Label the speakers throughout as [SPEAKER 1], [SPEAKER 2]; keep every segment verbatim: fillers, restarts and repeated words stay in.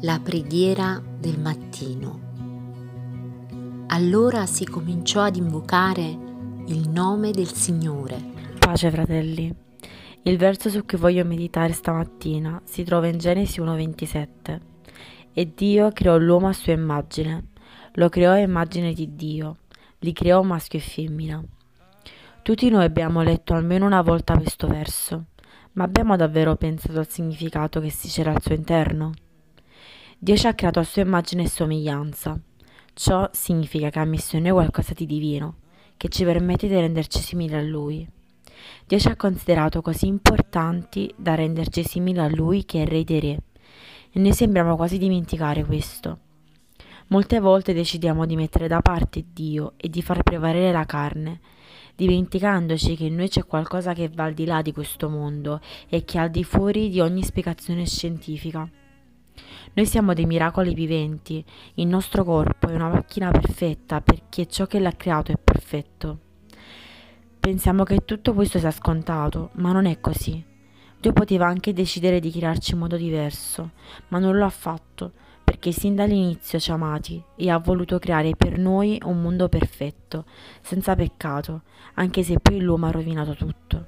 [SPEAKER 1] La preghiera del mattino. Allora si cominciò ad invocare il nome del Signore.
[SPEAKER 2] Pace, fratelli. Il verso su cui voglio meditare stamattina si trova in Genesi uno ventisette. E Dio creò l'uomo a sua immagine, lo creò a immagine di Dio, li creò maschio e femmina. Tutti noi abbiamo letto almeno una volta questo verso, ma abbiamo davvero pensato al significato che si c'era al suo interno? Dio ci ha creato a sua immagine e somiglianza. Ciò significa che ha messo in noi qualcosa di divino, che ci permette di renderci simili a Lui. Dio ci ha considerato così importanti da renderci simili a Lui, che è Re dei Re, e noi sembriamo quasi dimenticare questo. Molte volte decidiamo di mettere da parte Dio e di far prevalere la carne, dimenticandoci che in noi c'è qualcosa che va al di là di questo mondo e che è al di fuori di ogni spiegazione scientifica. Noi siamo dei miracoli viventi, il nostro corpo è una macchina perfetta perché ciò che l'ha creato è perfetto. Pensiamo che tutto questo sia scontato, ma non è così. Dio poteva anche decidere di crearci in modo diverso, ma non lo ha fatto, perché sin dall'inizio ci ha amati e ha voluto creare per noi un mondo perfetto, senza peccato, anche se poi l'uomo ha rovinato tutto.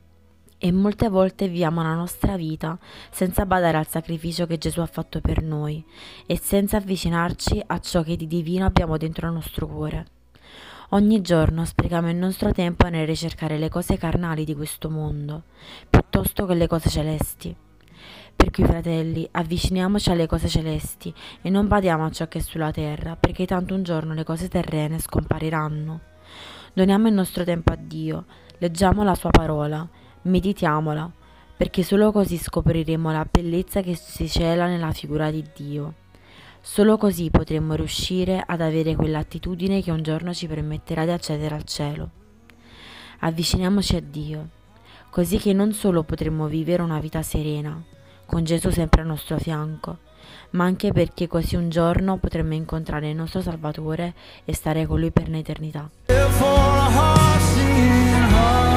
[SPEAKER 2] E molte volte viviamo la nostra vita senza badare al sacrificio che Gesù ha fatto per noi e senza avvicinarci a ciò che di divino abbiamo dentro il nostro cuore. Ogni giorno sprechiamo il nostro tempo nel ricercare le cose carnali di questo mondo, piuttosto che le cose celesti. Per cui, fratelli, avviciniamoci alle cose celesti e non badiamo a ciò che è sulla terra, perché tanto un giorno le cose terrene scompariranno. Doniamo il nostro tempo a Dio, leggiamo la sua parola, meditiamola, perché solo così scopriremo la bellezza che si cela nella figura di Dio. Solo così potremo riuscire ad avere quell'attitudine che un giorno ci permetterà di accedere al cielo. Avviciniamoci a Dio, così che non solo potremo vivere una vita serena, con Gesù sempre al nostro fianco, ma anche perché così un giorno potremo incontrare il nostro Salvatore e stare con Lui per l'eternità.